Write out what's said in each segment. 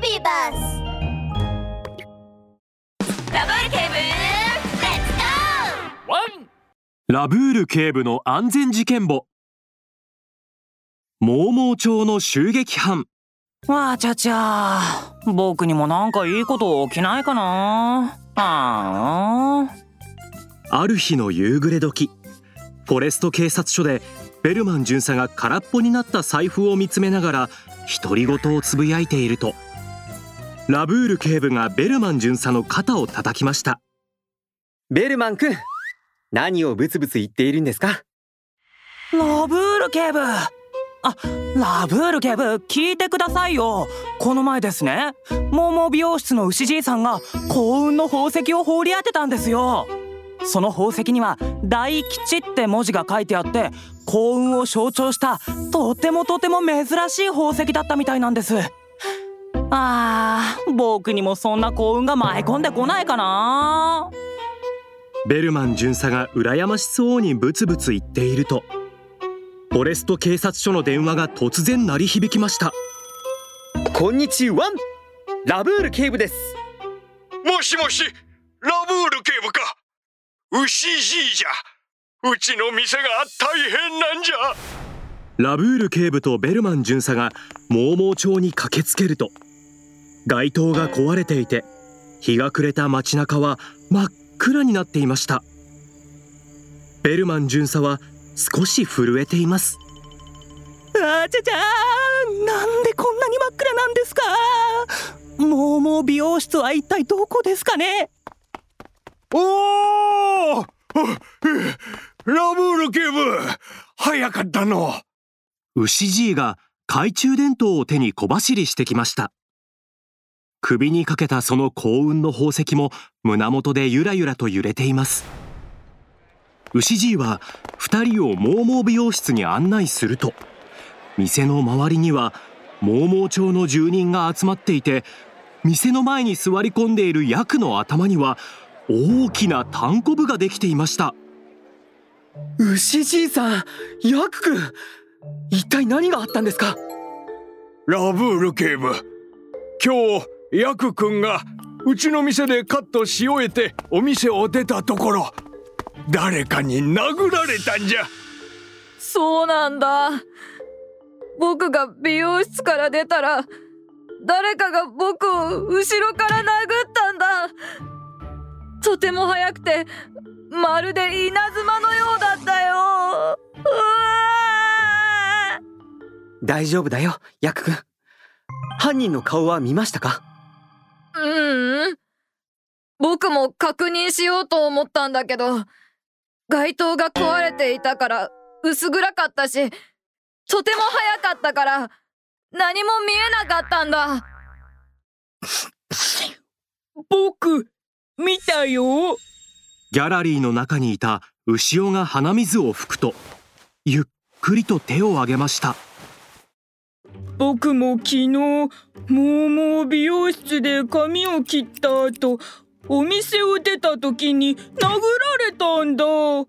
ビバスラブール警部レッツゴー。 ワンラブール警部の安全事件簿。モーモー町の襲撃犯。 わちゃちゃ、僕にもなんかいいこと起きないかな。ある日の夕暮れ時、フォレスト警察署でベルマン巡査が空っぽになった財布を見つめながら独り言をつぶやいていると、ラブール警部がベルマン巡査の肩を叩きました。 ベルマン君、何をブツブツ言っているんですか？ ラブール警部、ラブール警部、聞いてくださいよ。この前ですね、モーモー美容室の牛じいさんが幸運の宝石を放り当てたんですよ。その宝石には大吉って文字が書いてあって、幸運を象徴したとても珍しい宝石だったみたいなんです。僕にもそんな幸運が舞い込んでこないかな。 ベルマン巡査が羨ましそうにブツブツ言っていると、フォレスト警察署の電話が突然鳴り響きました。 こんにちは、ラブール警部です。 もしもし、ラブール警部か。牛じいじゃ。うちの店が大変なんじゃ。 ラブール警部とベルマン巡査がモーモー町に駆けつけると、街灯が壊れていて、日が暮れた街中は真っ暗になっていました。ベルマン巡査は少し震えています。 なんでこんなに真っ暗なんですか？モーモー美容室は一体どこですかね？ おー、ラブール警部、早かったの。 牛じいが懐中電灯を手に小走りしてきました。首にかけたその幸運の宝石も胸元でゆらゆらと揺れています。牛じいは2人をモーモー美容室に案内すると、店の周りにはモーモー町の住人が集まっていて、店の前に座り込んでいるヤクの頭には大きなタンコブができていました。 牛じいさん、ヤク君、一体何があったんですか？ ラブール警部、今日ヤク君がうちの店でカットし終えてお店を出たところ、誰かに殴られたんじゃ。 そうなんだ。僕が美容室から出たら、誰かが僕を後ろから殴ったんだ。とても速くて、まるで稲妻のようだったよ。 大丈夫だよ、ヤク君。犯人の顔は見ましたか？ 僕も確認しようと思ったんだけど、街灯が壊れていたから薄暗かったし、とても早かったから何も見えなかったんだ。 僕見たよ。 ギャラリーの中にいた牛尾が鼻水を拭くと、ゆっくりと手を挙げました。 僕も昨日モーモー美容室で髪を切った後、お店を出た時に殴られたんだ。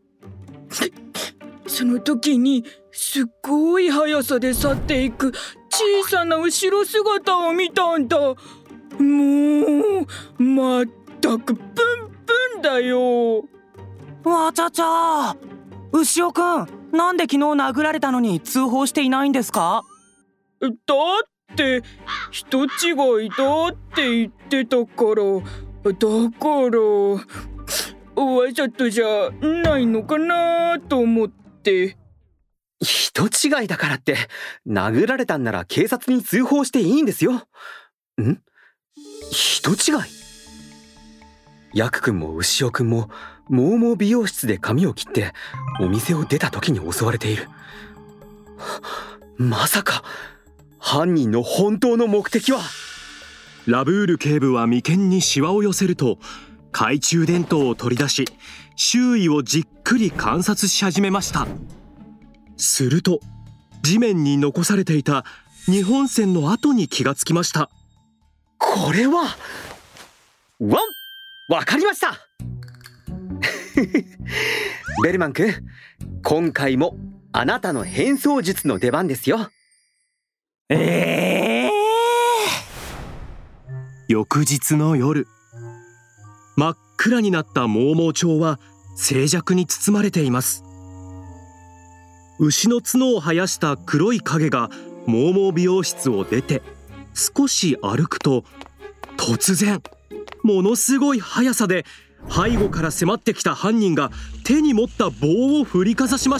その時にすっごい速さで去っていく小さな後ろ姿を見たんだ。もうまったくプンプンだよ。 わちゃちゃ、牛尾くん、なんで昨日殴られたのに通報していないんですか？ だって人違いだって言ってたから、わざとじゃないのかなと思って。 人違いだからって殴られたんなら警察に通報していいんですよ。人違い？ヤク君も牛尾君もモーモー美容室で髪を切ってお店を出た時に襲われている。まさか犯人の本当の目的は？ ラブール警部は眉間にシワを寄せると、懐中電灯を取り出し、周囲をじっくり観察し始めました。すると、地面に残されていた2本線の跡に気がつきました。 これはわかりましたベルマン君、今回もあなたの変装術の出番ですよ。 翌日の夜、真っ暗になったモーモー町は静寂に包まれています。牛の角を生やした黒い影がモーモー美容室を出て少し歩くと、突然ものすごい速さで背後から迫ってきた犯人が手に持った棒を振りかざしました。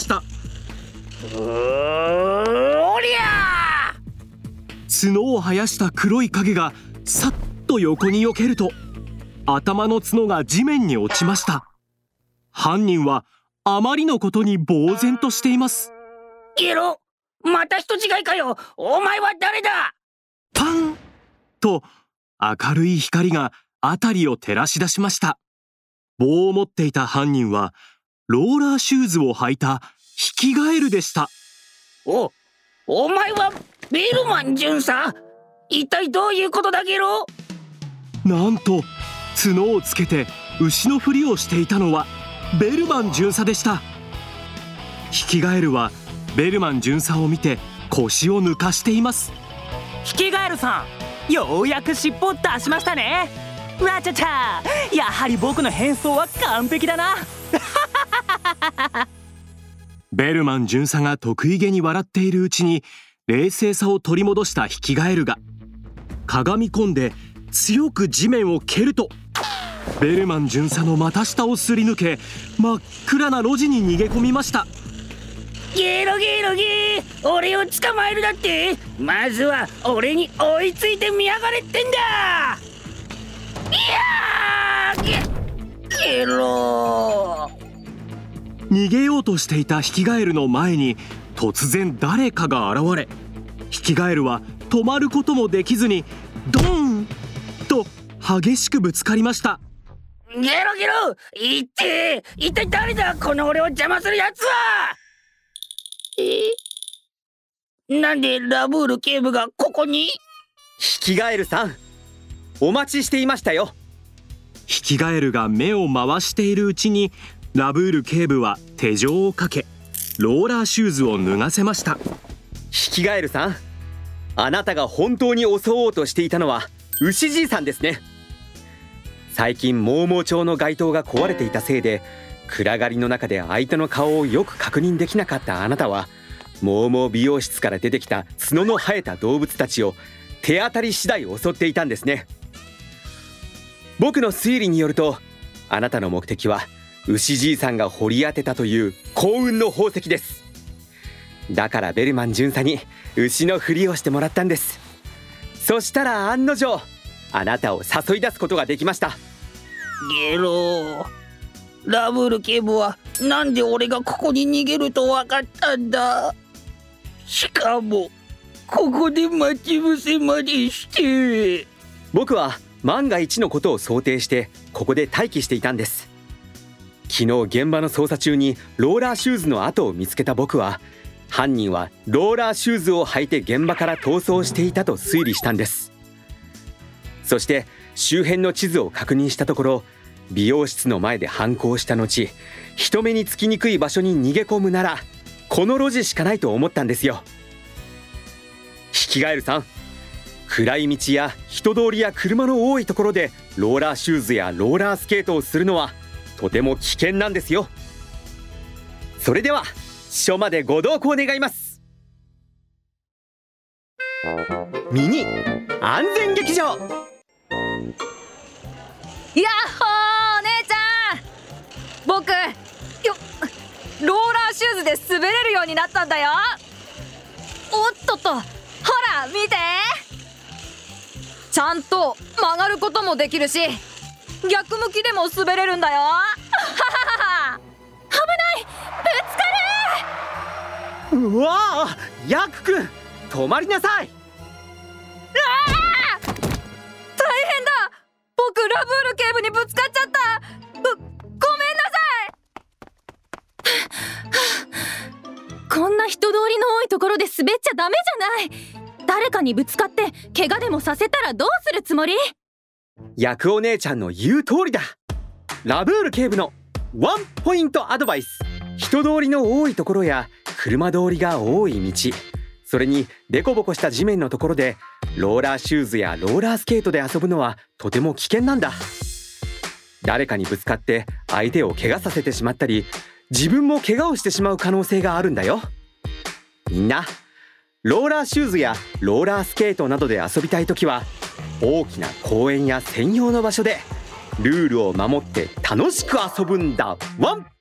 おりゃー！角を生やした黒い影がさっと横に避けると、頭の角が地面に落ちました。犯人はあまりのことに呆然としています。 ゲロ、また人違いかよ。お前は誰だ？ パンと明るい光が辺りを照らし出しました。棒を持っていた犯人はローラーシューズを履いたヒキガエルでした。 お前はベルマン巡査？一体どういうことだゲロ？ なんと角をつけて牛のふりをしていたのはベルマン巡査でした。ヒキガエルはベルマン巡査を見て腰を抜かしています。 ヒキガエルさん、ようやく尻尾を出しましたね。わちゃちゃ、やはり僕の変装は完璧だな。 ベルマン巡査が得意げに笑っているうちに冷静さを取り戻したヒキガエルがかがみ込んで強く地面を蹴ると、ベルマン巡査の股下をすり抜け真っ暗な路地に逃げ込みました。 ゲロゲロゲー、俺を捕まえるだって？まずは俺に追いついてみやがれってんだ。いやー、ゲロー。 逃げようとしていたヒキガエルの前に突然誰かが現れ、ヒキガエルは止まることもできずにドーンと激しくぶつかりました。 ゲロゲロ、一体誰だ、この俺を邪魔するやつは。なんでラブール警部がここに？ ヒキガエルさん、お待ちしていましたよ。 ヒキガエルが目を回しているうちにラブール警部は手錠をかけローラーシューズを脱がせました。 ヒキガエルさん、あなたが本当に襲おうとしていたのは牛じいさんですね。最近モーモー町の街灯が壊れていたせいで暗がりの中で相手の顔をよく確認できなかったあなたは、モーモー美容室から出てきた角の生えた動物たちを手当たり次第襲っていたんですね。僕の推理によると、あなたの目的は牛じいさんが掘り当てたという幸運の宝石です。だからベルマン巡査に牛のふりをしてもらったんです。そしたら案の定あなたを誘い出すことができました。 ゲロー、ラブール警部はなんで俺がここに逃げると分かったんだ。しかもここで待ち伏せまでして。 僕は万が一のことを想定してここで待機していたんです。昨日現場の捜査中にローラーシューズの跡を見つけた僕は、犯人はローラーシューズを履いて現場から逃走していたと推理したんです。そして周辺の地図を確認したところ、美容室の前で反抗した後、人目につきにくい場所に逃げ込むならこの路地しかないと思ったんですよ。ヒキガエルさん、暗い道や人通りや車の多いところでローラーシューズやローラースケートをするのはとても危険なんですよ。それでは署までご同行願います。ミニ安全劇場。 やっほー、お姉ちゃん、僕ローラーシューズで滑れるようになったんだよ。おっとっと、ほら見て、ちゃんと曲がることもできるし逆向きでも滑れるんだよ。危ない、ぶつかる。 うわあ、ヤクくん止まりなさい。 大変だ、僕ラブール警部にぶつかっちゃった。ごめんなさい。 こんな人通りの多いところで滑っちゃダメじゃない。誰かにぶつかって怪我でもさせたらどうするつもり？ ヤクお姉ちゃんの言う通りだ。ラブール警部のワンポイントアドバイス。人通りの多いところや車通りが多い道、それにデコボコした地面のところでローラーシューズやローラースケートで遊ぶのはとても危険なんだ。誰かにぶつかって相手を怪我させてしまったり、自分も怪我をしてしまう可能性があるんだよ。みんなローラーシューズやローラースケートなどで遊びたいときは、大きな公園や専用の場所でルールを守って楽しく遊ぶんだワン。